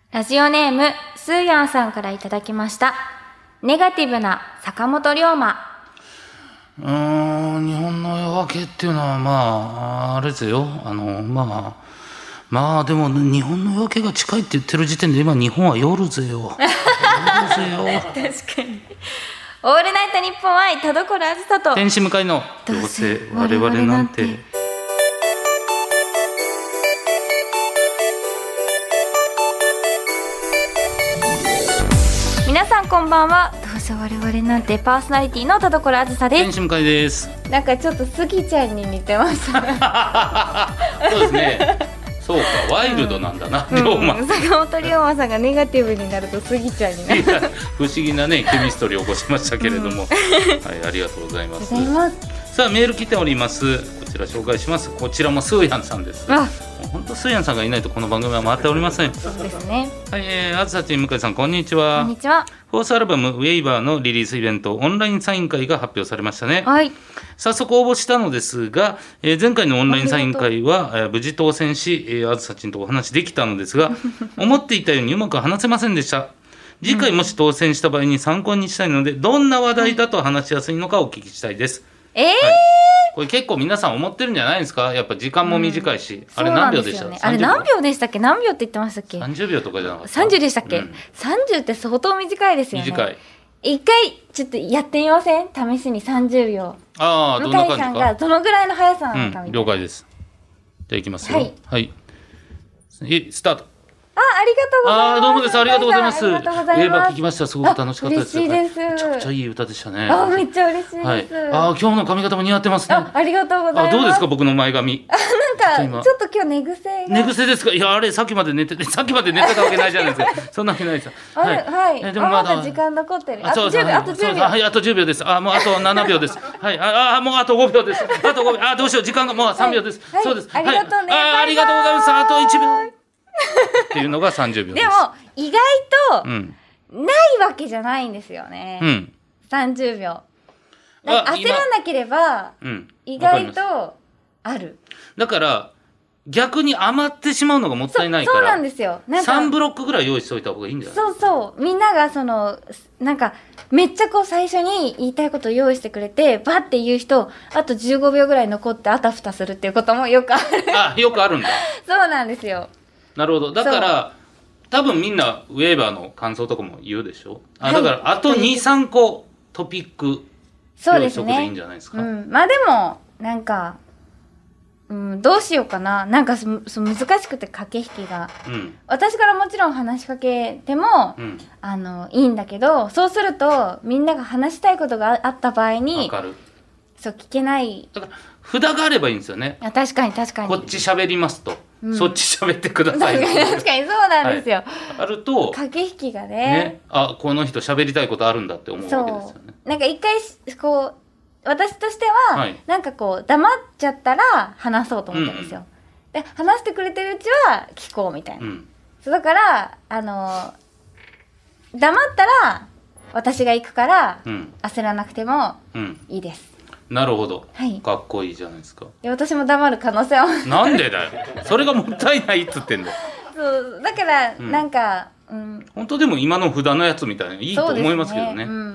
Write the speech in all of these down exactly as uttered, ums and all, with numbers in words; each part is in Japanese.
ラジオネームスーヤンさんからいただきました。ネガティブな坂本龍馬。 うーん日本の夜明けっていうのはまああれですよ、あのまあまあでも日本の夜明けが近いって言ってる時点で今日本は夜ぜよ夜ぜよ確かに。オールナイトニッポン愛田所あずさと天使向かいのどうせ我々なんて。 皆さんこんばんは。どうせ我々なんてパーソナリティの田所あずさです。 天使向かいです。 なんかちょっとスギちゃんに似てます。 そうですね。そうか、ワイルドなんだな、龍馬、 うん、坂本龍馬さんがネガティブになるとスギちゃんになる。 不思議なねケミストリーを起こしましたけれども、うん、はい、ありがとうございます。さあメール来ております。こちら紹介します。こちらもスーヤンさんです。あ、本当スーヤンさんがいないとこの番組は回っておりません。 そうですね。 はい、えー、あずさちん向井さんこんにちは。 こんにちは。 フォースアルバムウェイバーのリリースイベントオンラインサイン会が発表されましたね。 はい。 早速応募したのですが、えー、前回のオンラインサイン会は、えー、無事当選し、えー、あずさちんとお話できたのですが思っていたようにうまく話せませんでした。次回もし当選した場合に参考にしたいので、どんな話題だと話しやすいのかお聞きしたいです。 えーはい、 これ結構皆さん思ってるんじゃないですか。やっぱ時間も短いし、うん、あれ何秒でした、ね、 あれ何秒でしたっけ。何秒って言ってましたっけ。 さんじゅうびょうとかじゃなかった。 さんじゅうでしたっけ、うん、さんじゅうって相当短いですよね。短い。一回ちょっとやってみません。試しにさんじゅうびょう。 ああ、どんな感じか。向井さんがどのぐらいの速さなのかみたいな、 うん、了解です。じゃあいきますよ。はい、はい、スタート。 あ、ありがとうございます。 あ、どうもです。ありがとうございます。ウェーバー聞きました。すごく楽しかったです。 嬉しいです。 めちゃくちゃいい歌でしたね。 あ、めっちゃ嬉しいです。はい、 あ、今日の髪型も似合ってますね。 あ、ありがとうございます。 あ、どうですか僕の前髪。 あ、なんかちょっと今日寝癖が。 寝癖ですか。いや、あれさっきまで寝てて、さっきまで寝てたわけないじゃないですか。そんなわけないですよ。 はい、はい。でもまだ時間残ってる。あとじゅうびょう、あとじゅうびょう。 はい、あとじゅうびょうです。あ、もうあとななびょうです。はい、あ、もうあとごびょうです。あとごびょう。あ、どうしよう、時間がもうさんびょうです。そうです。 ありがとうね。 あ、ありがとうございます。あといちびょう。っていうのがさんじゅうびょうです。 でも意外とないわけじゃないんですよね、うん、さんじゅうびょう。なんか焦らなければ意外とある。 だから逆に余ってしまうのがもったいないから、 そうなんですよ。なんかさんブロックぐらい用意しておいた方がいいんじゃない。 そうそう、みんながそのなんかめっちゃこう最初に言いたいことを用意してくれてバッて言う人、あとじゅうごびょうぐらい残ってあたふたするっていうこともよくある。 あ、よくあるんだ。 そうなんですよ。 なるほど。だから多分みんなウェーバーの感想とかも言うでしょ。あ、だからあとに、さんこトピック用意しとくでいいんじゃないですか。 そうですね。うん、まあでもなんか、うん、どうしようかな。なんかそそ難しくて駆け引きが、うん、私からもちろん話しかけても、うん、あのいいんだけど、そうするとみんなが話したいことがあった場合に、 わかる。 そう聞けない。 だから札があればいいんですよね。 あ、確かに確かに。 こっち喋りますと、うん、そっち喋ってください。 確かに確かにそうなんですよ。はい、 あると駆け引きがね。 ね、あ、この人喋りたいことあるんだって思うわけですよね。 なんか一回こう私としては、はい、なんかこう黙っちゃったら話そうと思ったんですよ。うんうん、で話してくれてるうちは聞こうみたいな。うん、そうだからあの黙ったら私が行くから、うん、焦らなくてもいいです。 うん、なるほど、はい、かっこいいじゃないですか。 いや私も黙る可能性はなんでだよ。それがもったいないっつってんだよ。 そうだから、うん、なんか、うん、 本当でも今の札のやつみたいないいと思いますけどね。うん、うん、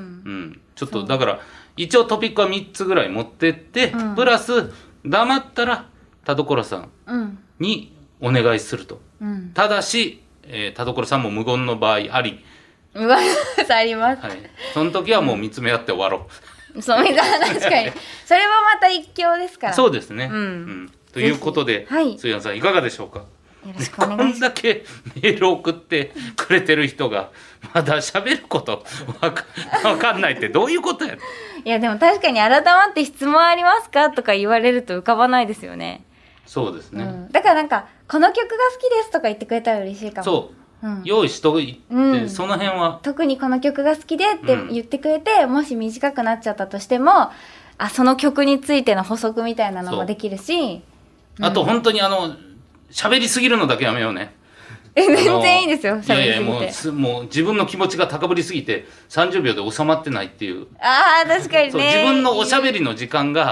ちょっとだから一応トピックはみっつぐらい持ってって、うん、プラス黙ったら田所さんにお願いすると、うん、ただし、えー、田所さんも無言の場合あり、 うわあります、 はい、その時はもう見つめ合って終わろう、うん、 そうみたいな。確かにそれもまた一興ですから。 そうですね、 うんうん、 ということで、はい、つやさんいかがでしょうか。 よろしくお願いします。 こんだけメールを送ってくれてる人がまだ喋ることわか、わかんないってどういうことやねん。 いやでも確かに改まって質問ありますかとか言われると浮かばないですよね。 そうですね、うん、 だからなんかこの曲が好きですとか言ってくれたら嬉しいかも。 そう、うん、用意しといて、うん、その辺は特にこの曲が好きでって言ってくれて、うん、もし短くなっちゃったとしてもあその曲についての補足みたいなのもできるし、 うん、あと本当にあの喋りすぎるのだけやめようね。 え全然いいですよ。喋りすぎて。いやいやもう、もう自分の気持ちが高ぶりすぎてさんじゅうびょうで収まってないっていう。 ああ確かにね。 そう自分のおしゃべりの時間が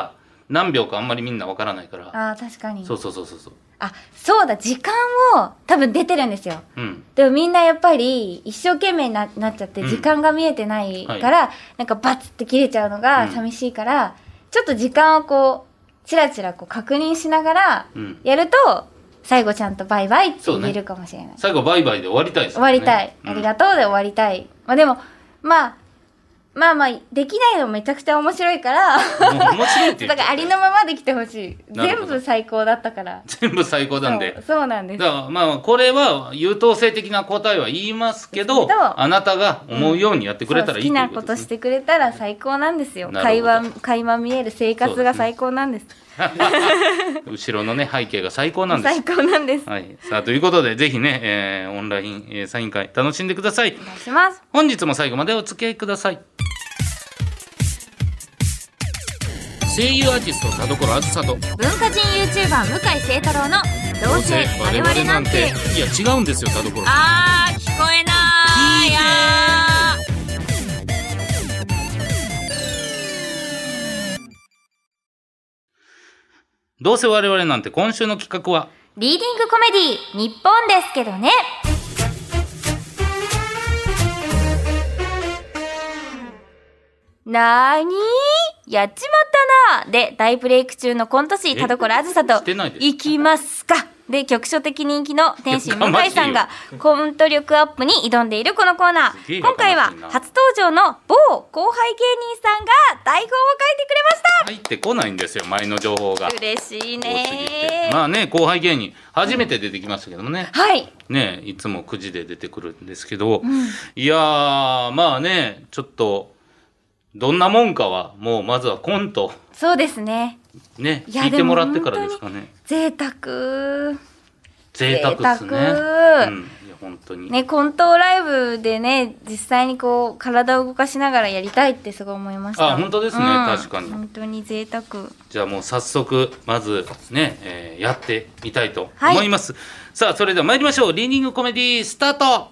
何秒かあんまりみんなわからないから。 あー確かに。 そうそうそうそうそう。 あ、そうだ、時間を多分出てるんですよ、 うん、 でもみんなやっぱり一生懸命に な, なっちゃって時間が見えてないから、うんはい、なんかバツって切れちゃうのが寂しいから、うん、ちょっと時間をこうチラチラこう確認しながらやると、うん、最後ちゃんとバイバイって言えるかもしれない、ね、 最後バイバイで終わりたいですね。 終わりたい、ありがとうで終わりたい、うん、まあでもまあまあまあできないのめちゃくちゃ面白いから面白いってだからありのままで来てほしい。全部最高だったから。 全部最高なんで。 そう、そうなんです。 だからまあこれは優等生的な答えは言いますけど、あなたが思うようにやってくれたらいい、 うん、好きなことしてくれたら最高なんですよ。会話垣間見える生活が最高なんです。 後ろのね背景が最高なんです。 最高なんです。 はい。さあということでぜひね、えー、オンライン、えー、サイン会楽しんでください。 お願いします。 本日も最後までお付き合いください。声優アーティスト田所あずさと文化人 YouTuber 向井聖太郎のどうせ我々なんて。 いや違うんですよ田所。 あー聞こえないやどうせ我々なんて。今週の企画はリーディングコメディ日本ですけどね。なーにーやっちまったなーで大ブレイク中のコント師田所あずさといきますかで局所的人気の天心向井さんがコント力アップに挑んでいるこのコーナー。今回は初登場の某後輩芸人さんが台本を書いてくれました。 入ってこないんですよ前の情報が。 嬉しいね。 まあね後輩芸人初めて出てきましたけどもね、 うん、はいねいつもくじで出てくるんですけど、うん、いやーまあねちょっとどんなもんかはもうまずはコントそうですねね聞いてもらってからですかね。 贅沢贅沢ですね。うん、いや本当にねコントライブでね実際にこう体を動かしながらやりたいってすごい思いました。 あ本当ですね、うん、確かに本当に贅沢。 じゃあもう早速まずね、えー、やってみたいと思います、はい、さあそれでは参りましょう。リーディングコメディスタート。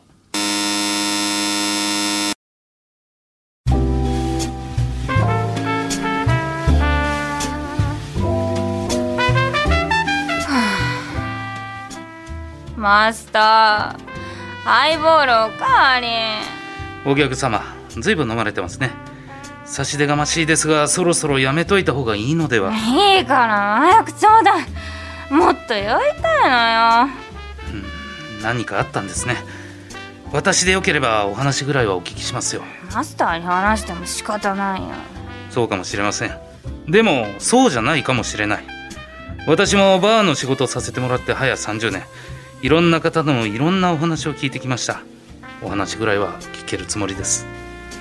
マスターハイボールおかわり。 お客様ずいぶん飲まれてますね。差し出がましいですがそろそろやめといた方がいいのでは。 いいから早くちょうだい。もっと酔いたいのよ。 うん何かあったんですね。私でよければお話ぐらいはお聞きしますよ。 マスターに話しても仕方ないよ。 そうかもしれません。でもそうじゃないかもしれない。私もバーの仕事をさせてもらって早さんじゅうねん、いろんな方のいろんなお話を聞いてきました。お話ぐらいは聞けるつもりです。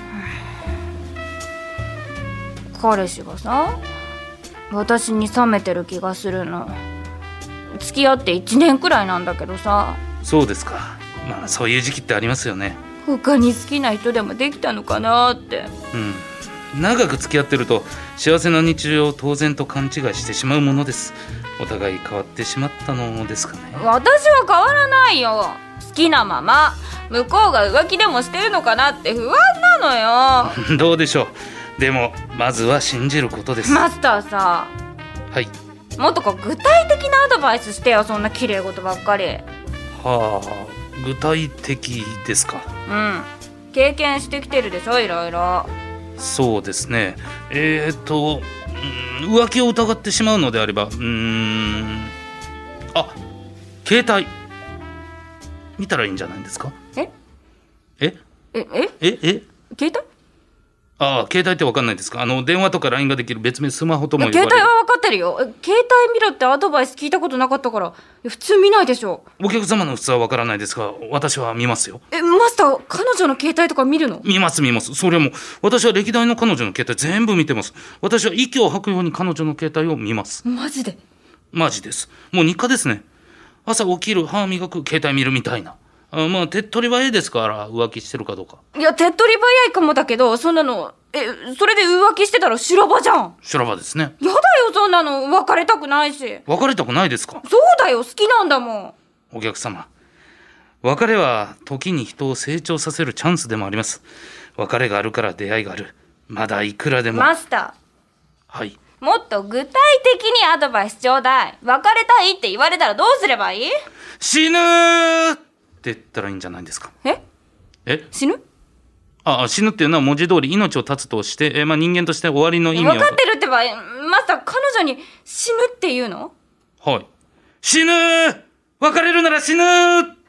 彼氏がさ私に冷めてる気がするの。付き合っていちねんくらいなんだけどさ。 そうですか。まあそういう時期ってありますよね。 他に好きな人でもできたのかなって。 うん長く付き合ってると幸せな日常を当然と勘違いしてしまうものです。お互い変わってしまったのですかね。 私は変わらないよ。好きなまま。向こうが浮気でもしてるのかなって不安なのよ。 どうでしょう。でもまずは信じることです。 マスターさ。 はい。 もっとこう具体的なアドバイスしてよ。そんな綺麗事ばっかり。 はあ具体的ですか。 うん経験してきてるでしょいろいろ。 そうですね。えーっと浮気を疑ってしまうのであればうーんあ携帯見たらいいんじゃないですか。 ええええええ携帯ああ携帯って分かんないですか。あの電話とか ライン ができる別名スマホとも呼ばれる。 携帯は分かってるよ。携帯見ろってアドバイス聞いたことなかったから普通見ないでしょ。 お客様の普通は分からないですが私は見ますよ。 えマスター彼女の携帯とか見るの。 見ます見ます。それも私は歴代の彼女の携帯全部見てます。私は息を吐くように彼女の携帯を見ます。 マジでマジです。もう日課ですね。朝起きる歯磨く携帯見るみたいな。あまあ手っ取り早いですから浮気してるかどうか。 いや手っ取り早いかもだけどそんなのえそれで浮気してたら修羅場じゃん。 修羅場ですね。 やだよそんなの。別れたくないし。 別れたくないですか。 そうだよ好きなんだもん。 お客様別れは時に人を成長させるチャンスでもあります。別れがあるから出会いがある。まだいくらでも。 マスターはいもっと具体的にアドバイスちょうだい。別れたいって言われたらどうすればいい？ 死ぬーって言ったらいいんじゃないですか。 ええ死ぬ？ ああ、死ぬっていうのは文字通り命を絶つとして、えーまあ、人間として終わりの意味を。 分かってるってば、マスター彼女に死ぬって言うの？ はい。死ぬー別れるなら死ぬーって。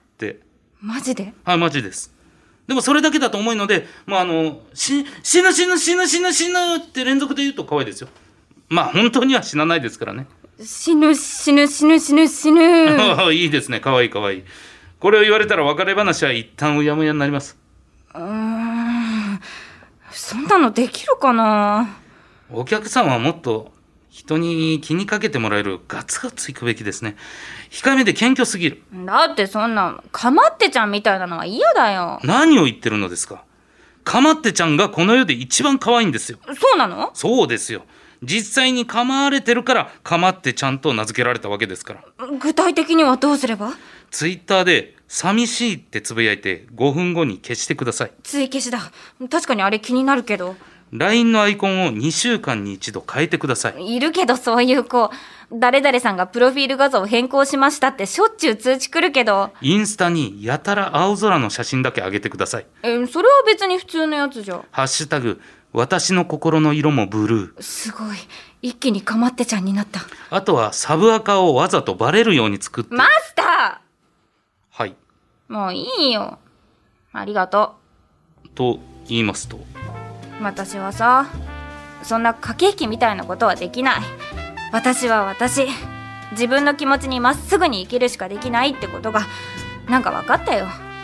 マジで？ はい、マジです。でもそれだけだと思うので、まあ、あの、し、死ぬ死ぬ死ぬ死ぬ死ぬって連続で言うと可愛いですよ。まあ本当には死なないですからね。 死ぬ死ぬ死ぬ死ぬ死ぬいいですね、可愛い可愛い。これを言われたら別れ話は一旦うやむやになります。 うーん、そんなのできるかな。 お客さんはもっと人に気にかけてもらえるガツガツいくべきですね。控えめで謙虚すぎる。 だってそんなかまってちゃんみたいなのは嫌だよ。 何を言ってるのですか。かまってちゃんがこの世で一番可愛いんですよ。 そうなの？ そうですよ。実際に構われてるからかまってちゃんと名付けられたわけですから。 具体的にはどうすれば？ ツイッターで寂しいってつぶやいてごふんごに消してください。 追消しだ。確かにあれ気になるけど。 ライン のアイコンをにしゅうかんに一度変えてください。 いるけどそういう子。誰々さんがプロフィール画像を変更しましたってしょっちゅう通知来るけど。 インスタにやたら青空の写真だけ上げてください。 え、それは別に普通のやつじゃ。 ハッシュタグ私の心の色もブルー。 すごい。一気にかまってちゃんになった。 あとはサブアカをわざとバレるように作って。 マスターはい。 もういいよ。ありがとう。と言いますと？ 私はさ、そんな駆け引きみたいなことはできない。私は私。自分の気持ちにまっすぐに生きるしかできないってことがなんか分かったよ。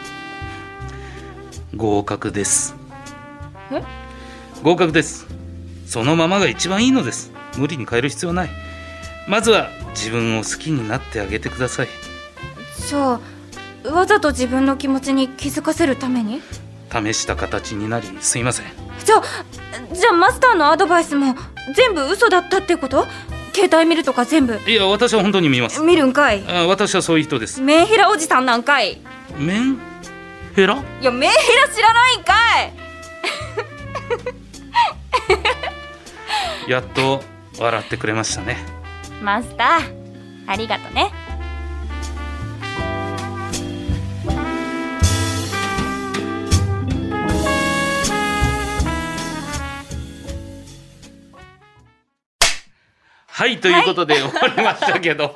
合格です。 え？ 合格です。そのままが一番いいのです。無理に変える必要はない。まずは自分を好きになってあげてください。 じゃあわざと自分の気持ちに気づかせるために試した形になりすいません。 じゃあじゃあマスターのアドバイスも全部嘘だったってこと？携帯見るとか全部。 いや、私は本当に見ます。 見るんかい。 あ、私はそういう人です。 メンヘラおじさんなんかい。 メンヘラ？ いや、メンヘラ知らないんかいやっと笑ってくれましたね。 マスターありがとね。 はい、ということで終わりましたけど、はい、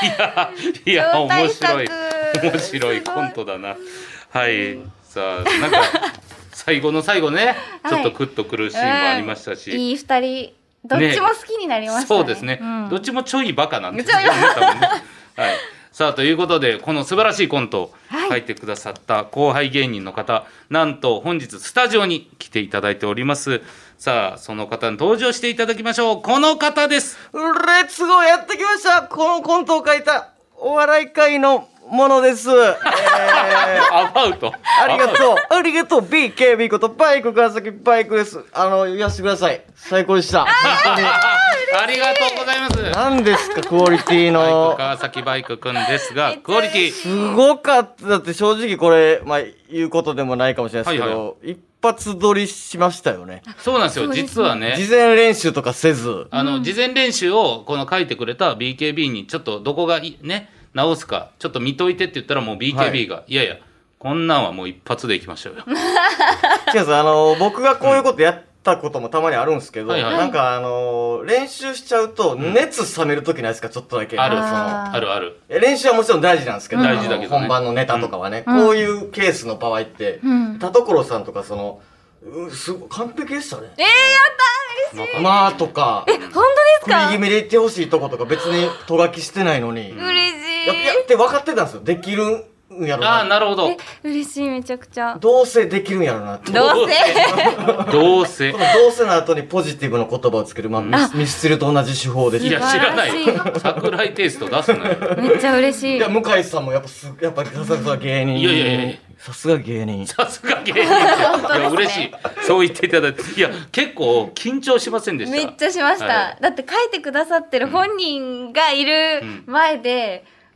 いやいや面白い面白いコントだな。はい、さあなんか最後の最後ね、ちょっとクッとくるシーンもありましたし、 うん、いい二人どっちも好きになりましたね。 そうですね、うん、どっちもちょいバカなんですよね多分ね。はい、さあということでこの素晴らしいコントを書いてくださった後輩芸人の方、なんと本日スタジオに来ていただいております。さあその方に登場していただきましょう。この方です。 レッツゴー、やってきました。このコントを書いたお笑い界のものです。えー、 アバウト。 ありがとうありがとう ビーケービー ことバイク川崎バイクです。あの言わせてください、最高でした。本当にありがとうございます。 何ですかクオリティのバイク川崎バイクくんですが、クオリティすごかった。だって正直これまあ言うことでもないかもしれないですけど、はいはい、一発撮りしましたよね。 そうなんですよ、実はね、 事前練習とかせず、 あの、うん、事前練習をこの書いてくれた ビーケービー にちょっとどこがいね直すかちょっと見といてって言ったら、もう ビーケービー が、はい、いやいやこんなんはもう一発でいきましょうよ。 違うあの僕がこういうことやったこともたまにあるんですけど、はいはい、なんかあの練習しちゃうと熱冷める時ないですか、ちょっとだけ。 あるあるある。 練習はもちろん大事なんですけど、 大事だけどね、 本番のネタとかはね、うん、こういうケースの場合って、うん、田所さんとかそのすごい完璧でしたね。 えー、やったー、嬉しい。 まあとか、 え、本当ですか？ 食い気味で言ってほしいとことか別にとがきしてないのに、 嬉しい。 やって分かってたんですよ、できるんやろな。 ああ、なるほど。 え、嬉しい、めちゃくちゃ。 どうせできるんやろなって。 どうせどうせどうせの後にポジティブな言葉をつける、まあ、ミス、ミスチルと同じ手法で。 いや知らない。桜井テイスト出すなよ。 めっちゃ嬉しい。 いや向井さんもやっぱすやっぱさすが芸人。 いやいやいや。 さすが芸人。 さすが芸人。いや嬉しい。そう言っていただいて、いや結構緊張しませんでした？ めっちゃしました。はい、だって書いてくださってる本人がいる前で。うん、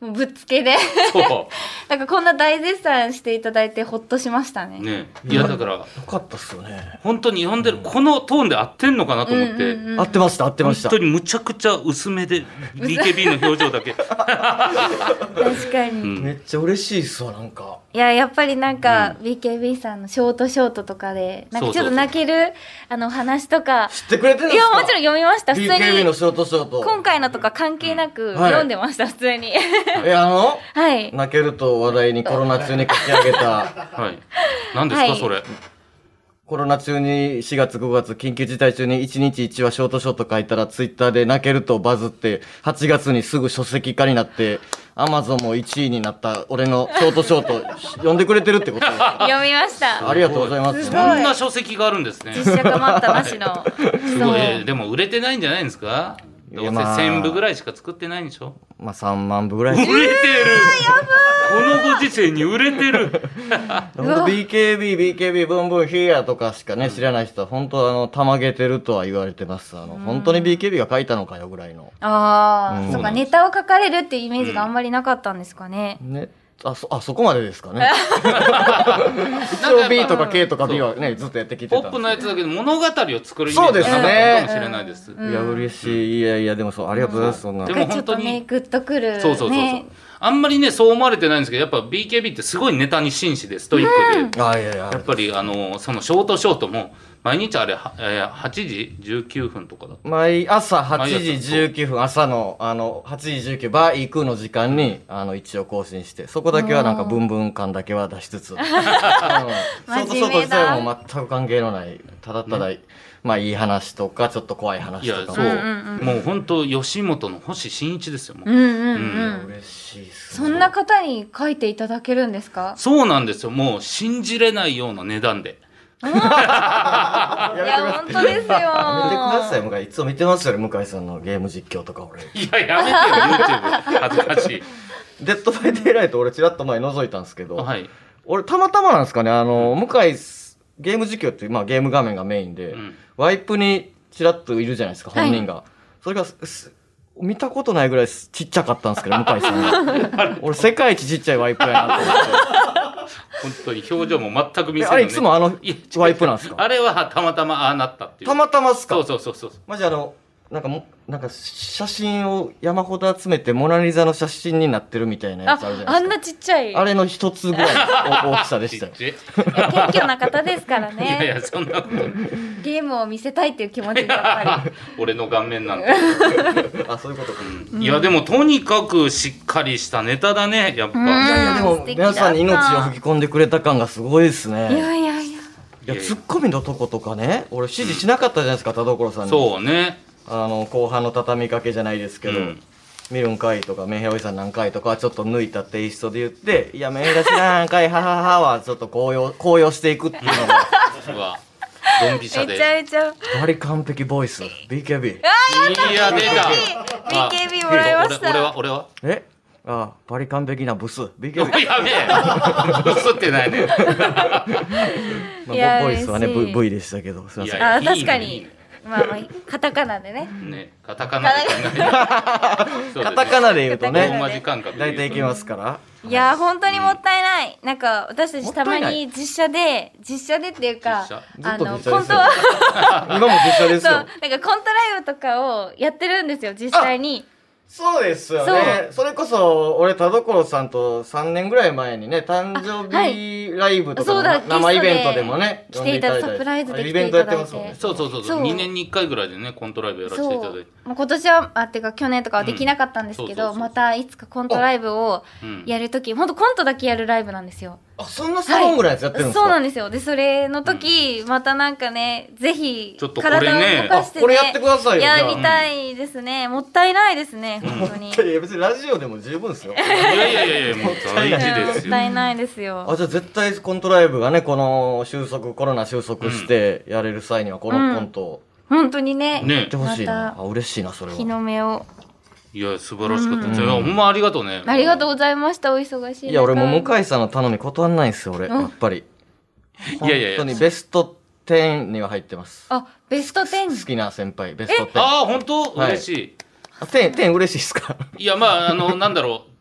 もうぶっつけでそうなんかこんな大絶賛していただいてほっとしましたね。 ねいやだからよかったっすよね。 本当に読んでるこのトーンで合ってんのかなと思って、うんうんうん、 合ってました合ってました。 本当にむちゃくちゃ薄めで ビーケービー の表情だけ確かに、うん、 めっちゃ嬉しいっすわ。なんかいややっぱりなんか、うん、ビーケービー さんのショートショートとかでなんかちょっと泣けるあの話とか知ってくれてるんですか。 いやもちろん読みました。普通にビーケービー のショートショート今回のとか関係なく読んでました、うんはい、普通にえあの、 はい、 泣けると話題にコロナ中に書き上げたはい何ですか、はい、それコロナ中にしがつごがつ緊急事態中にいちにちいちわショートショート書いたらツイッターで泣けるとバズってはちがつにすぐ書籍化になってアマゾンもいちいになった俺のショートショート読んでくれてるってことですか。 読みましたありがとうございます。 そんな書籍があるんですね。 実写化待ったなしのすごい、えー、でも売れてないんじゃないんですか。どうせせんぶぐらいしか作ってないんでしょ。 まあさんまんぶぐらい売れてるこのご時世に売れてる本当 ビーケービー、ビーケービー ブンブンヒーヤーとかしかね、知らない人は本当あの、たまげてるとは言われてます。あの、本当に ビーケービー が書いたのかよぐらいの。 ああ、うん、そうか、ネタを書かれるっていうイメージがあんまりなかったんですかね。 うん、ね。あそ, あそこまでですかね一応 B とか K とか B はねずっとやってきてたんです。 ポップのやつだけど物語を作るイメージがなかったかもしれないです。 いや嬉しい。いやいやでもそうありがとうございます。そんなでも本当にねグッとくる、ね、 そうそうそうそうあんまりねそう思われてないんですけどやっぱ ビーケービー ってすごいネタに真摯でストイックで、うん、あいやいややっぱりあのそのショートショートも毎日あれは、えー、はちじじゅうきゅうふんとかだ毎朝はちじじゅうきゅうふん朝のあのはちじじゅうきゅうバー行くの時間にあの一応更新してそこだけはなんかブンブン感だけは出しつつショートショート自体も全く関係のないただただ、ね、まあいい話とかちょっと怖い話とかもいやそう、うんうん、もう本当吉本の星新一ですよもう、 うんうんうん、 嬉しいっす、 ね、そんな方に書いていただけるんですか。 そうなんですよもう信じれないような値段でいや本当ですよ。やめてください。向井いつも見てますよね向井さんのゲーム実況とか俺。 いややめてよ YouTube 恥ずかしい。 デッドバイデイライト俺ちらっと前覗いたんですけど、 はい、 俺たまたまなんですかねあの、うん、向井ゲーム実況ってまあゲーム画面がメインで、うん、ワイプにちらっといるじゃないですか本人が、はい、それが見たことないぐらいちっちゃかったんですけど向井さんが俺世界一ちっちゃいワイプやなと思って本当に表情も全く見せない、ね、 あれいつもあのワイプなんですか。 あれはたまたまああなったっていう。 たまたまっすか。 そうそうそうそう。 マジあのなんかもなんか写真を山ほど集めてモナリザの写真になってるみたいなやつあるじゃないですか。 あ, あんなちっちゃいあれの一つぐらいの大きさでしたよ。 謙虚な方ですからね。 いやいやそんなことゲームを見せたいっていう気持ちがやっぱり俺の顔面なんてあそういうことか、 うん、いやでもとにかくしっかりしたネタだねやっぱ。いやいやでも皆さんに命を吹き込んでくれた感がすごいですね。 いやいやいやいやツッコミのとことかね俺指示しなかったじゃないですか、うん、田所さんに。 そうねあの後半の畳みかけじゃないですけど、うん、見るんかいとかメンヘラおじさん何回とかちょっと抜いたテイストで言っていやメンヘラ知らんかいははははちょっと高揚高揚していくっていうのがうわドンピシャでめちゃめちゃバリ完璧ボイス ビーケービーいや出たビーケービー もらいました。 俺は俺はえああバリ完璧なブス ビーケービーやべえブスってないねまあボイスはね v, v でしたけどすいません。 あ確かにまあまあカタカナでね。 ねカタカナで考える。カタカナで言うとね。 同じ感覚。 大体いきますから。 いや本当にもったいない。なんか私たちたまに実写で実写でっていうかあのコントは今も実写ですよ。 そうなんかコントライブとかをやってるんですよ実際に。 そうですよね。それこそ俺田所さんとさんねんぐらい前にね誕生日ライブとか生イベントでもね来ていただいてサプライズで来ていただいてそうそうそうそうにねんにいっかいぐらいでねコントライブやらせていただいて今年はあってか去年とかはできなかったんですけどまたいつかコントライブをやるときほんとコントだけやるライブなんですよ。 あそんなサロンぐらいやつやってるんですか。 そうなんですよ。でそれの時またなんかねぜひ体を動かしてねこれやってくださいよ。 やりたいですね。もったいないですね本当に。 いや別にラジオでも十分ですよ。いやいやいやいやもう大事ですよ。 もったいないですよ。 あじゃあ絶対コントライブがねこの収束コロナ収束してやれる際にはこのコントを、 うん、本当にねねやってほしいな。あ嬉しいなそれは。 日の目を。 いや素晴らしかったです。ほんまありがとうね。 ありがとうございました。お忙しい。 いや俺もう向井さんの頼み断んないんですよ俺やっぱり。 いやいやいや。 本当にベストじゅうには入ってます。 あベストじゅう。 好きな先輩ベストじゅう。 ああ本当嬉しい。 じゅう、じゅう嬉しいですか。 いやまああのなんだろう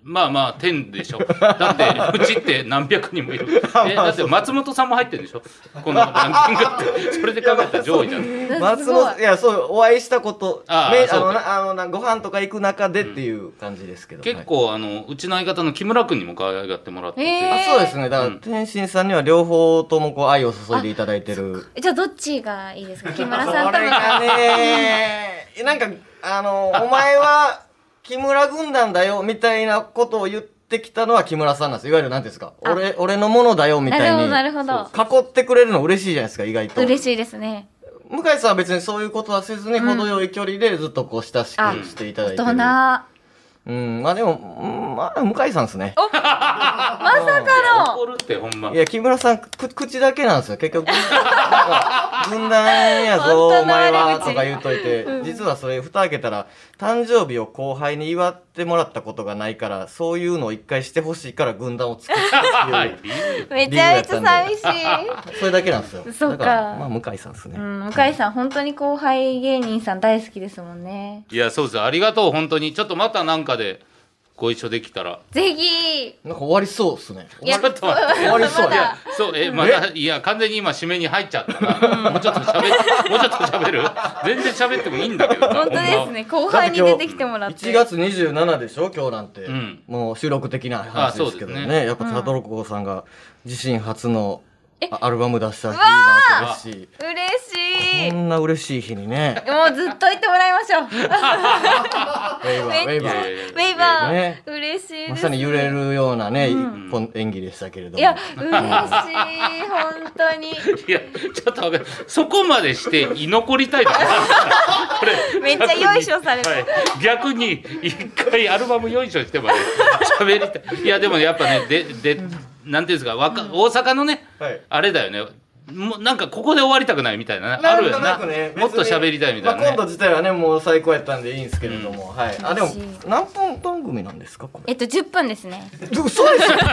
まあまあ天でしょ。だってうちって何百人もいる。えだって松本さんも入ってるんでしょ。このランキングってそれで考えたら上位じゃん。 松本いやそうお会いしたことあめあのあのなご飯とか行く中でっていう感じですけど、 結構あのうちの相方の木村君にも可愛がってもらってて、 えーあそうですね。だから天心さんには両方ともこう愛を注いでいただいてる。 じゃあどっちがいいですか木村さんとそれがねなんかあのお前は木村軍団だよみたいなことを言ってきたのは木村さんなんです。いわゆる何ですか、俺俺のものだよみたいになるほどなるほど囲ってくれるの嬉しいじゃないですか。意外と嬉しいですね。 向井さんは別にそういうことはせずに、程よい距離でずっとこう親しくしていただいてる。 大人。 うん、まあでも、うん、まあ向井さんですね。 まさかの怒るってほんま。 いや木村さんく口だけなんですよ結局。なんか軍団やぞお前はとか言うといて、うん、実はそれ蓋開けたら誕生日を後輩に祝ってもらったことがないから、そういうのを一回してほしいから軍団を作ったっていうめちゃめちゃ寂しい。 それだけなんですよ。 そうか。 だからまあ向井さんですね。 うん、向井さん本当に後輩芸人さん大好きですもんね。 いやそうです。ありがとう本当に。ちょっとまたなんかでご一緒できたらぜひ。 なんか終わりそうですね。 いやちょっと待って終わりそうや。 そうえまだいや完全に今締めに入っちゃったな。もうちょっと喋るもうちょっと喋る。全然喋ってもいいんだけど。 本当ですね。後輩に出てきてもらって。 いちがつにじゅうしちでしょ今日なんて、 うん、 もう収録的な話ですけど ね, ねやっぱ佐藤子さんが自身初のアルバム出した日なわけですし、 嬉しい。 こんな嬉しい日にねもうずっと言ってもらいましょう。ウェイバーウェイバーウェイバー、ね、嬉しいです。 まさに揺れるようなね、うん、演技でしたけれども、 いや嬉しい本当に。いやちょっと分かる。そこまでして居残りたいとかこれめっちゃよいしょされて、はい、 逆に一回アルバムよいしょしてもね喋りたい。いやでもやっぱねででなんていうんですか、わか、うん、大阪のね、はい、あれだよね。もなんかここで終わりたくないみたいな、ね、あるよな、ね、もっと喋りたいみたいな、ね、 まあ、コント自体はねもう最高やったんでいいんですけれども、うん、はい。あでも何分番組なんですかこれ。 えっとじゅっぷんですね。 嘘でしょ。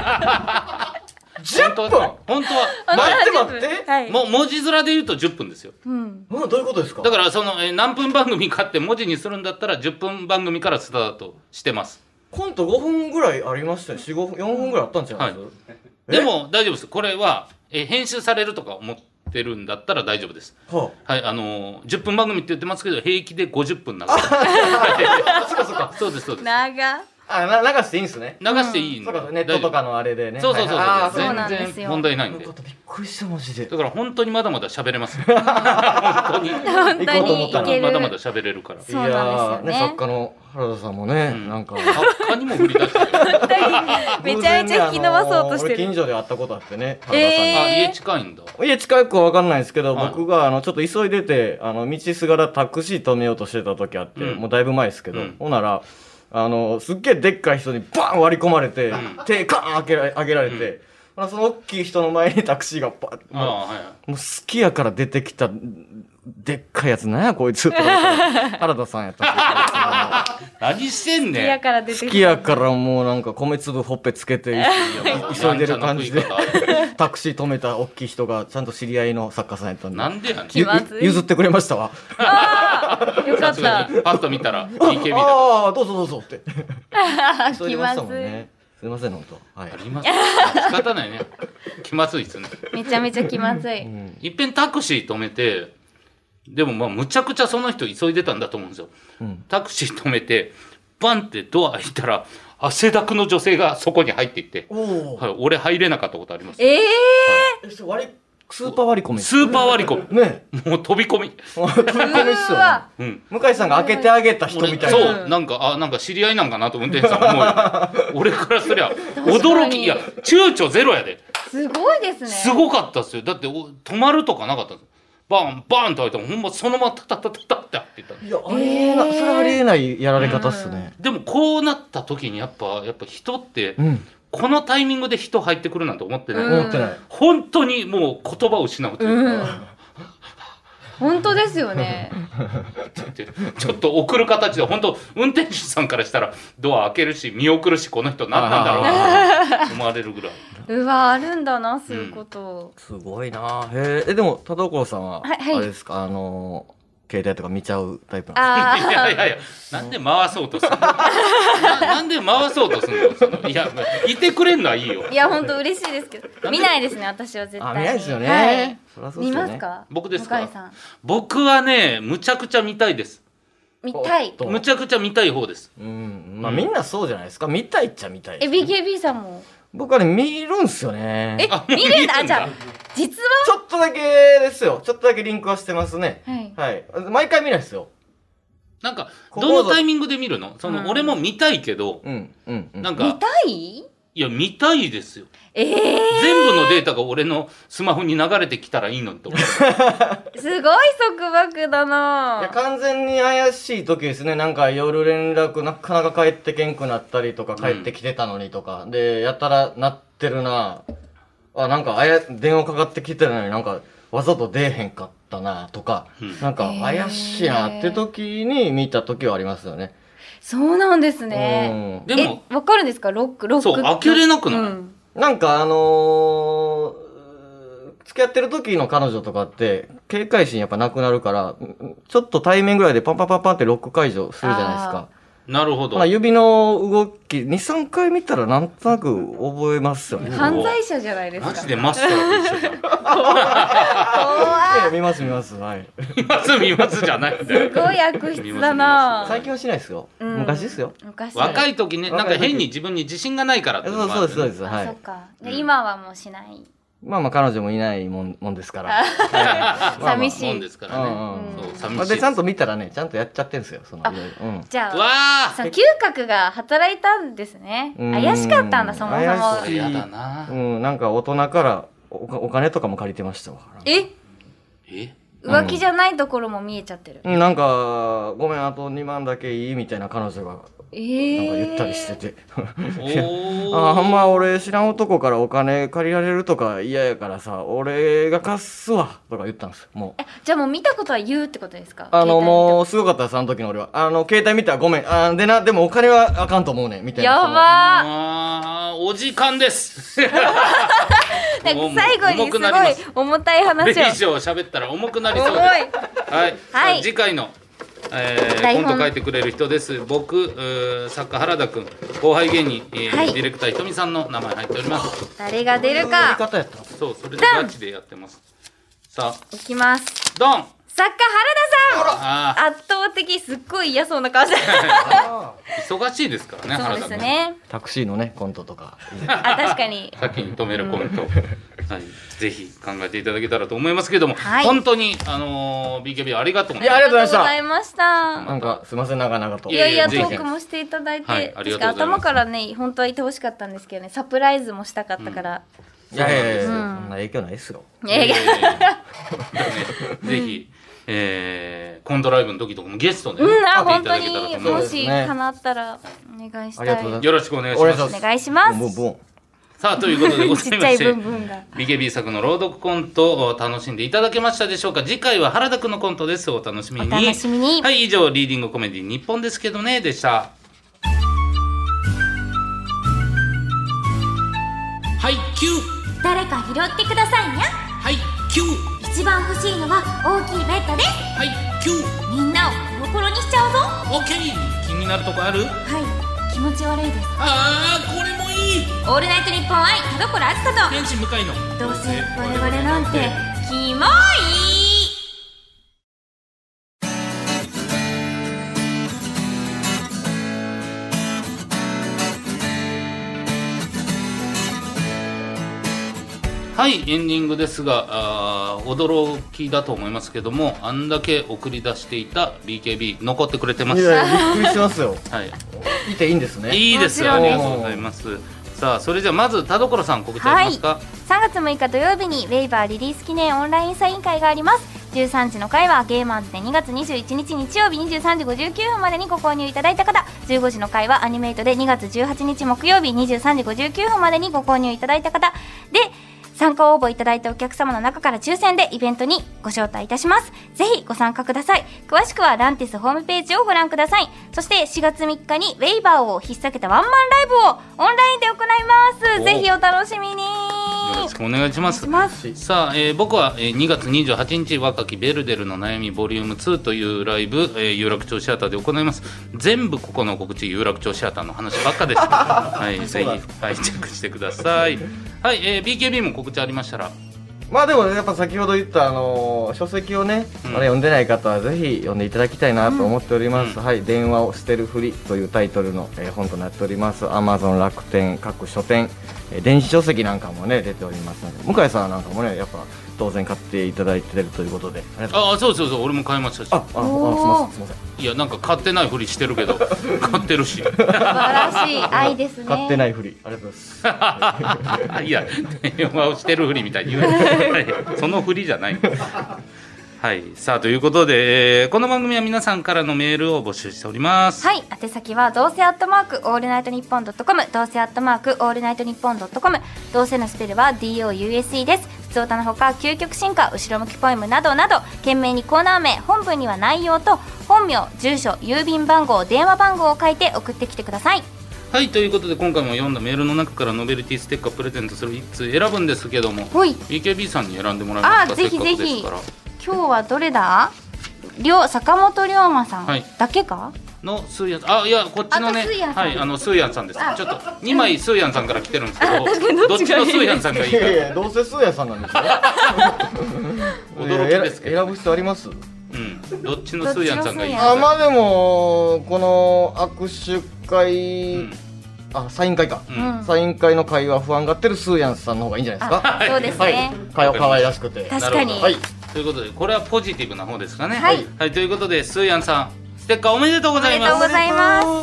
じゅっぷん。本当は待って待って、 はい、もう文字面で言うとじゅっぷんですよ。 うん、 どういうことですか。 だからそのえ何分番組かって文字にするんだったらじゅっぷん番組からスタートしてます。 コントごふんぐらいありましたよ。よん、ごふん、よんぷんぐらいあったんじゃないですか、 はい、でも大丈夫です。これはえ編集されるとか思ってるんだったら大丈夫です。はあ、はい、あのー、じゅっぷん番組って言ってますけど平気でごじゅっぷん流す。そうかそうか。そうですそうです。 長あな流していいんですね。 流していいんで、 うん、ネットとかのあれでね。 そうそうそうそう、はい、 そうなんですよ。 全然問題ないんで。 びっくりしたマジで。 だから本当にまだまだ喋れます。本当に本当にいける。 まだまだ喋れるから。 そうなんですよね。 作家の原田さんもね、うん、なんか作家にも振り出して。 本当にめちゃめちゃ引き伸ばそうとしてる。 俺近所で会ったことあってね。 原田さんに。えー、 あ家近いんだ。 家近くは分かんないんですけど、はい、僕があのちょっと急いでてあの道すがらタクシー止めようとしてた時あって、うん、もうだいぶ前ですけど、うん、ほんなら。あのすっげえでっかい人にバーン割り込まれて、うん、手カーン開けられ、開けられて、うん、その大きい人の前にタクシーがバッ、もう、はい、もう好きやから出てきたでっかいやつなんやこいつとか原田さんやった何してんねん。 好きやから出てきた。 好きやからもうなんか米粒ほっぺつけて急いでる感じでタクシー止めた大きい人がちゃんと知り合いの作家さんやったんで。 なんでやねん。 譲ってくれましたわ。 あよかった。 パッと見たら ピーケービー だ。 ああどうぞどうぞって。 気まずい。 すみません本当。 はい。あります。仕方ないね。気まずいですね。 めちゃめちゃ気まずい。 うん、いっぺんタクシー止めて、でもまあむちゃくちゃその人急いでたんだと思うんですよ。うん、タクシー止めてバンってドア開いたら汗だくの女性がそこに入っていって、はい、俺入れなかったことあります。 ええー。はい、割りスーパー割り込み。 スーパー割り込み。 ね。 もう飛び込み。 飛び込みっすよ、ね。うん。向井さんが開けてあげた人みたいな。 そう、なんかあなんか知り合いなんかなと運転手さん思うよ。俺からすりゃ驚きいや躊躇ゼロやで。 すごいですね。 すごかったっすよ。だって止まるとかなかったんです。バンバンと開いたらほんまそのままタタタタタって開いてた。 いやありえない、それはありえないやられ方っすね。 でもこうなった時にやっぱやっぱ人って。うんこのタイミングで人入ってくるなんて思ってない。 思ってない。 本当にもう言葉を失うというか、うん、 本当ですよね。 ちょっと送る形で本当運転手さんからしたらドア開けるし見送るしこの人何なんだろうなと思われるぐらい。 うわあるんだなそういうこと。 うん、すごいな。へえ。でも田所さんは、はいはい、あれですかあの携帯とか見ちゃうタイプなんです。 いやいやいや、なんで回そうとするのな, なんで回そうとするのそのいや、いてくれんのはいいよ。 いや本当嬉しいですけど見ないですね私は絶対に。 あ見ないですよね、 はい、 そりゃそうですよね。 見ますか？ 僕ですか？ 向井さん。 僕はねむちゃくちゃ見たいです。 見たい。 むちゃくちゃ見たい方です。 うん、まあみんなそうじゃないですか。見たいっちゃ見たいです、 ね、え ビーケービー さんも。 僕はね見るんすよね。 え見るんだ。じゃあ実はちょっとだけですよ。ちょっとだけリンクはしてますね。はい、はい、毎回見ないですよ。 なんかどのタイミングで見るの？その、うん、俺も見たいけど、 うんうんうん、 なんか見たい？ いや見たいですよ。 えー、 全部のデータが俺のスマホに流れてきたらいいのって思う。 すごい束縛だな。 いや完全に怪しい時ですね。なんか夜連絡なかなか帰ってけんくなったりとか、帰ってきてたのにとか、うん、でやったらなってるなあ、なんかあや電話かかってきてるのになんかわざと出えへんかったなとか、うん、なんか怪しいなって時に見た時はありますよね。 そうなんですね。 うん、でもわかるんですか？ロックロック。 そう開けれなくない？うん、 なんかあのー、付き合ってる時の彼女とかって警戒心やっぱなくなるからちょっと対面ぐらいでパンパンパンパンってロック解除するじゃないですか。 なるほど。 まあ、指の動きにさんかい見たらなんとなく覚えますよね。 犯罪者じゃないですか。 マジでマスターと一緒じゃん。 見ます見ます、はい、 見ます見ますじゃないんだよ。 すごい悪質だな。 最近はしないですよ、うん、昔ですよ。 昔若い時ね、なんか変に自分に自信がないからっていうのもある、ね、 そうですそうです、はい。 そっか。で、今はもうしない。 まあまあ彼女もいないもん、もんですから。 寂しい。 もんですからね。 うんうん、そう寂しい。でちゃんと見たらね、ちゃんとやっちゃってんですよ。そのいろいろ。うん、 じゃあ、その嗅覚が働いたんですね。怪しかったんだそもそも。 それやだな。 うん、なんか大人からお、お金とかも借りてましたわ。 え？ え？ 浮気じゃないところも見えちゃってる。 うん、なんかごめんあとにまんだけいいみたいな彼女が。 えー、 なんか言ったりしててああんま俺知らん男からお金借りられるとか嫌やからさ俺が貸すわとか言ったんですよ。もうえじゃあもう見たことは言うってことですか？ あのもうすごかったです。あの時の俺はあの携帯見たらごめんあでなでもお金はあかんと思うねみたいな。 やばーあお時間ですなんか最後にすごい重たい話をこれ以上喋ったら重くなりそうです。はい、はい、次回のえー、コント書いてくれる人です。僕、作家原田くん、後輩芸人、えーはい、ディレクターひとみさんの名前入っております。 誰が出るか。 そう、それでガチでやってます。さあ、 いきます。 ドン。 作家原田さん。圧倒的すっごい嫌そうな顔して忙しいですからね。 そうですね。 タクシーのねコントとか。 あ確かに。 先に止めるコント。はい、ぜひ考えていただけたらと思いますけども、はい、本当にあのー、ビーケービー ありがとうございました。 いやありがとうございました。 なんかすみません長々と。 いやいやトークもしていただいて、はい、確か頭からね本当はいてほしかったんですけどねサプライズもしたかったから。 うん、いやいやいや、うん、そんな影響ないですよ。 いやいやいやぜひ。えー、コントライブの時とかもゲストで、 ね、うん、あ本当にもし叶ったらお願いしたい。 よろしくお願いします。 お願いします。 ボンボンさあということでございましてビーケービー 作の朗読コントを楽しんでいただけましたでしょうか。次回は原田くんのコントです。お楽しみに。 お楽しみに。 はい、以上リーディングコメディ日本ですけどねでした。はいキュー誰か拾ってくださいにゃ。 はいキュー一番欲しいのは大きいベッドです。 はいキューみんなをコロコロにしちゃうぞ。 オッケー気になるとこある？ はい気持ち悪いです。 あーこれもいい。 オールナイトニッポン愛田所あずさと天使向かいのどうせ我々なんてキモい。 はいエンディングですがあ驚きだと思いますけどもあんだけ送り出していた ビーケービー 残ってくれてます。 いやびっくりしますよ。 はいいていいんですね。 いいですよありがとうございます。さあそれじゃあまず田所さん告知ありますか？ はい、さんがつむいか土曜日にウェイバーリリース記念オンラインサイン会があります。じゅうさんじの回はゲーマーズでにがつにじゅういちにち日曜日にじゅうさんじごじゅうきゅうふんまでにご購入いただいた方、じゅうごじの回はアニメイトでにがつじゅうはちにち木曜日にじゅうさんじごじゅうきゅうふんまでにご購入いただいた方で参加応募いただいたお客様の中から抽選でイベントにご招待いたします。ぜひご参加ください。詳しくはランティスホームページをご覧ください。そしてしがつみっかにウェイバーを引っ提げたワンマンライブをオンラインで行います。ぜひお楽しみに。よろろしくお願いします。さあ、えー、僕は、えー、にがつにじゅうはちにち若きベルデルの悩みボリュームツーというライブ、えー、有楽町シアターで行います。全部ここの告知有楽町シアターの話ばっかですはい、ぜひ、はい、チェックしてくださいはい、えー、ビーケービー も告知ありましたら。 まあでもやっぱ先ほど言ったあのー、書籍をね、うん、まだ読んでない方はぜひ読んでいただきたいなと思っております、うん、はい、電話を捨てるふりというタイトルの、えー、本となっております。 Amazon 楽天各書店、えー、電子書籍なんかもね出ておりますので、向井さんなんかもねやっぱ当然買っていただいてるということで。 ああ、そうそうそう、俺も買いましたし。 ああ、あ、すみませんすみません。 いや、なんか買ってないふりしてるけど買ってるし。素晴らしい愛ですね。 買ってないふり、ありがとうございます。 いや、電話をしてるふりみたいに言うそのふりじゃないはい、さあということで、えー、この番組は皆さんからのメールを募集しております。 はい、宛先はどうせアットマークオールナイトニッポンドットコム、どうせアットマークオールナイトニッポンドットコム、どうせのスペルは ディーオーユーエスイー です。普通歌のほか究極進化、後ろ向きポエムなどなど懸命にコーナー名、本文には内容と本名、住所、郵便番号、電話番号を書いて送ってきてください。 はい、ということで今回も読んだメールの中からノベルティステッカープレゼントするいっつう選ぶんですけども、 ビーケービー さんに選んでもらいますか。 あ、ぜひぜひ。今日はどれだ、りょう坂本龍馬さんだけか、はい、 のスーヤンさん、あ、いやこっちのね、はい、あのスーヤンさんです。ちょっとにまいスーヤンさんから来てるんですけど、どっちのスーヤンさんがいいか。いやいや、どうせスーヤンさんなんですよ驚きですけど、 選ぶ必要あります？ うん、どっちのスーヤンさんがいいか。 あ、まあでもこの握手会、うん、あ、サイン会か、うん、サイン会の会話不安がってるスーヤンさんの方がいいんじゃないですか。 そうですね、 はい、かわいらしくて。 確かに。 はい、ということでこれはポジティブな方ですかね。はい、はい、ということでスーヤンさんステッカーおめでとうございます。 おめでとうございます。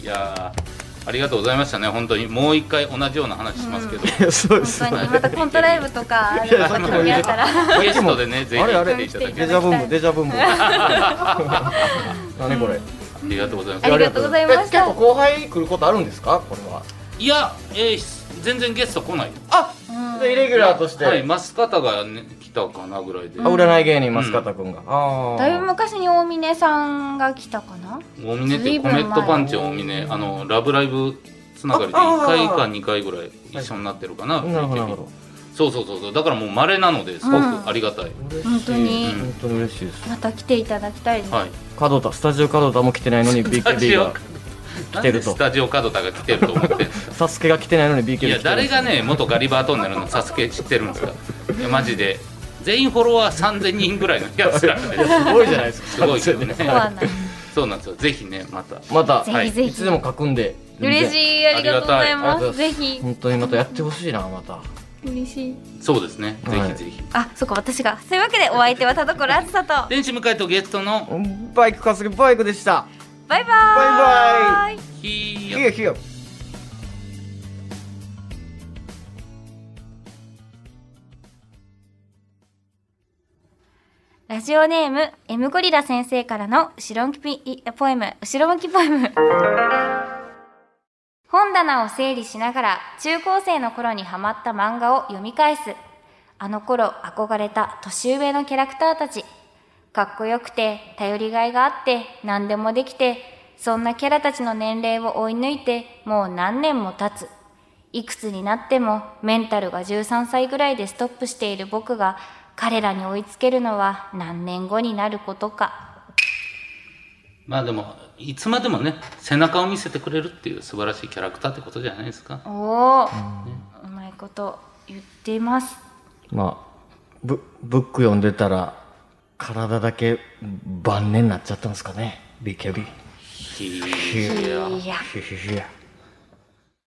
いやありがとうございましたね。本当にもう一回同じような話しますけど、 うん、そうです、 本当にまたコントライブとかあったらゲストでね、ぜひ来ていただきたい。 デジャブームデジャブーム何これ、 ありがとうございます。 ありがとうございました。 結構後輩来ることあるんですか、これは。 いや、えー、全然ゲスト来ない。 あ、イレギュラーとして、 はい、増方が、ね、来たかなぐらいで、 あ、占い芸人増方くんが、うん、 あ、だいぶ昔に大峰さんが来たかな。 大峰ってコメットパンチ大峰、あのラブライブつながりでいっかいかにかいぐらい一緒になってるかな。なるほど。そうそうそうそう、だからもう稀なのですごくありがたい、 うん、本当に、 うん、本当に嬉しいです。 また来ていただきたいです。 はい、 門田、スタジオ門田も来てないのに ビーケービー が来てると。 スタジオ門田が来てると思ってサスケが来てないのに ビーケービーいや、誰がね元ガリバートンネルのサスケ知ってるんですか。いやマジで全員フォロワーさんぜんにんぐらいのやつら、ね、 すごいじゃないですか。 すごいですよね。そうなんですよ。ぜひね、またまた、 はい、ぜひいつでも書くんで。 嬉しい、ありがとうございます。ぜひ本当にまたやってほしいな、また。 嬉しい。 そうですね、ぜひぜひ。 あ、そっか、私が。そういうわけでお相手は田所あずさと天使向井とゲストのバイクかすりバイクでした。 バイバイバイバイ。 ひよひよ。 ラジオネーム M ゴリラ先生からの後ろ向きポエム後ろ向きポエム。本棚を整理しながら中高生の頃にハマった漫画を読み返す。あの頃憧れた年上のキャラクターたち。かっこよくて頼りがいがあって何でもできて、そんなキャラたちの年齢を追い抜いてもう何年も経つ。いくつになってもメンタルがじゅうさんさいぐらいでストップしている僕が彼らに追いつけるのは何年後になることか。 まあでもいつまでもね背中を見せてくれるっていう素晴らしいキャラクターってことじゃないですか。 おお、うん、うまいこと言っています。 まあ ブ, ブック読んでたら体だけ晩年になっちゃったんですかね、 ビーケービー。 ひーやひーやひーや